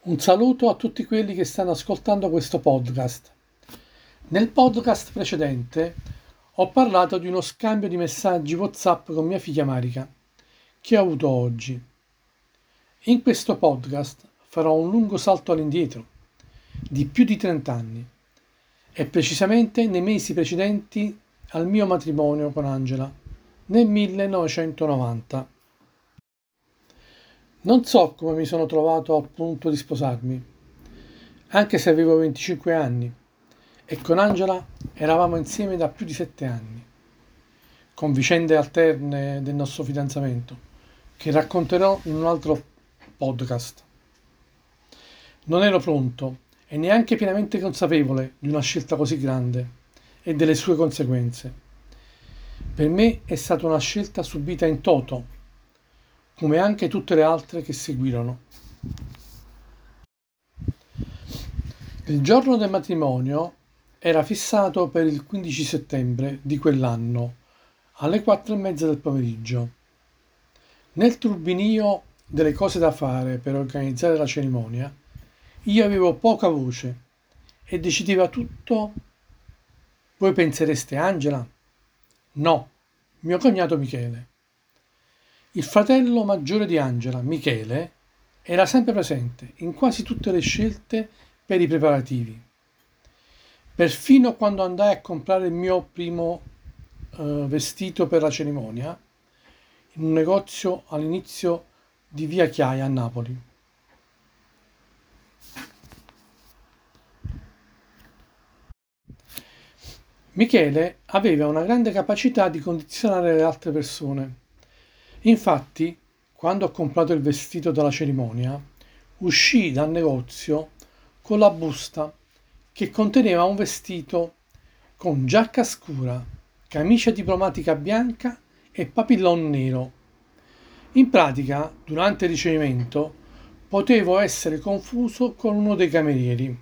Un saluto a tutti quelli che stanno ascoltando questo podcast. Nel podcast precedente ho parlato di uno scambio di messaggi WhatsApp con mia figlia Marica che ho avuto oggi. In questo podcast farò un lungo salto all'indietro di più di 30 anni e precisamente nei mesi precedenti al mio matrimonio con Angela nel 1990. Non so come mi sono trovato al punto di sposarmi, anche se avevo 25 anni e con Angela eravamo insieme da più di 7 anni, con vicende alterne del nostro fidanzamento, che racconterò in un altro podcast. Non ero pronto e neanche pienamente consapevole di una scelta così grande e delle sue conseguenze. Per me è stata una scelta subita in toto, come anche tutte le altre che seguirono. Il giorno del matrimonio era fissato per il 15 settembre di quell'anno, alle 4:30 del pomeriggio. Nel turbinio delle cose da fare per organizzare la cerimonia, io avevo poca voce e decideva tutto. Voi pensereste Angela? No, mio cognato Michele. Il fratello maggiore di Angela, Michele, era sempre presente in quasi tutte le scelte per i preparativi. Perfino quando andai a comprare il mio primo vestito per la cerimonia in un negozio all'inizio di via Chiaia a Napoli. Michele aveva una grande capacità di condizionare le altre persone. Infatti, quando ho comprato il vestito della cerimonia, uscii dal negozio con la busta che conteneva un vestito con giacca scura, camicia diplomatica bianca e papillon nero. In pratica, durante il ricevimento, potevo essere confuso con uno dei camerieri.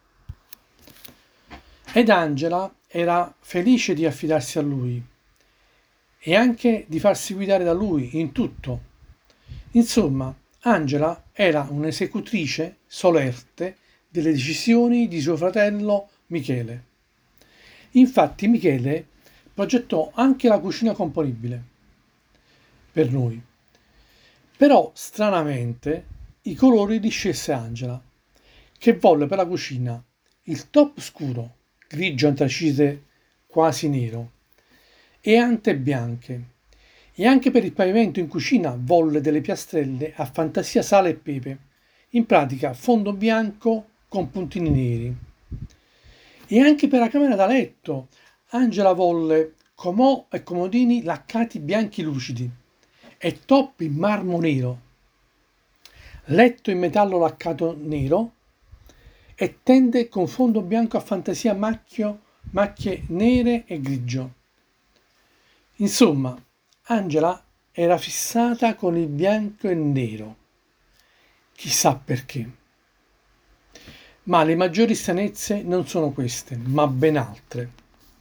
Ed Angela era felice di affidarsi a lui e anche di farsi guidare da lui in tutto. Insomma, Angela era un'esecutrice solerte delle decisioni di suo fratello Michele. Infatti Michele progettò anche la cucina componibile per noi. Però, stranamente, i colori li scelse Angela, che volle per la cucina il top scuro, grigio antracite quasi nero, e ante bianche. E anche per il pavimento in cucina volle delle piastrelle a fantasia sale e pepe, in pratica fondo bianco con puntini neri. E anche per la camera da letto Angela volle comò e comodini laccati bianchi lucidi e top in marmo nero, letto in metallo laccato nero e tende con fondo bianco a fantasia macchie nere e grigio. Insomma, Angela era fissata con il bianco e il nero. Chissà perché. Ma le maggiori stranezze non sono queste, ma ben altre.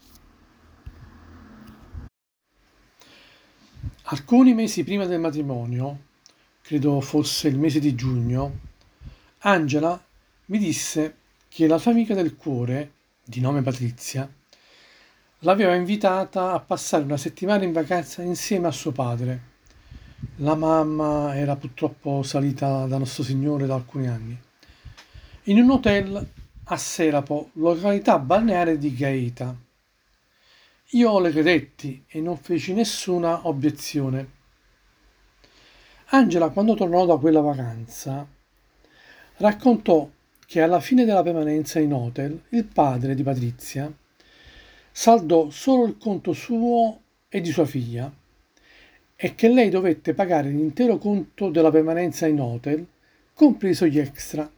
Alcuni mesi prima del matrimonio, credo fosse il mese di giugno, Angela mi disse che la sua amica del cuore, di nome Patrizia, l'aveva invitata a passare una settimana in vacanza insieme a suo padre. La mamma era purtroppo salita da Nostro Signore da alcuni anni. In un hotel a Selapo, località balneare di Gaeta. Io le credetti e non feci nessuna obiezione. Angela, quando tornò da quella vacanza, raccontò che alla fine della permanenza in hotel il padre di Patrizia saldò solo il conto suo e di sua figlia e che lei dovette pagare l'intero conto della permanenza in hotel, compreso gli extra.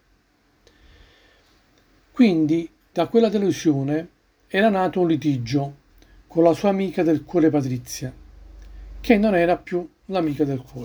Quindi da quella delusione era nato un litigio con la sua amica del cuore Patrizia, che non era più l'amica del cuore.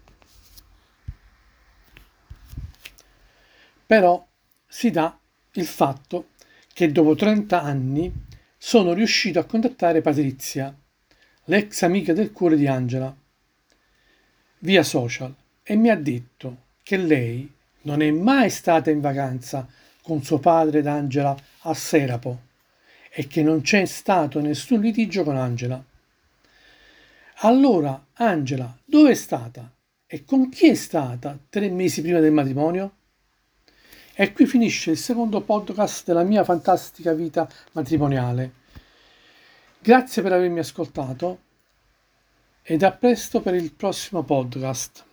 Però si dà il fatto che dopo 30 anni sono riuscito a contattare Patrizia, l'ex amica del cuore di Angela, via social e mi ha detto che lei non è mai stata in vacanza con suo padre ed Angela a Serapo e che non c'è stato nessun litigio con Angela. Allora, Angela, dove è stata? E con chi è stata 3 mesi prima del matrimonio? E qui finisce il secondo podcast della mia fantastica vita matrimoniale. Grazie per avermi ascoltato ed a presto per il prossimo podcast.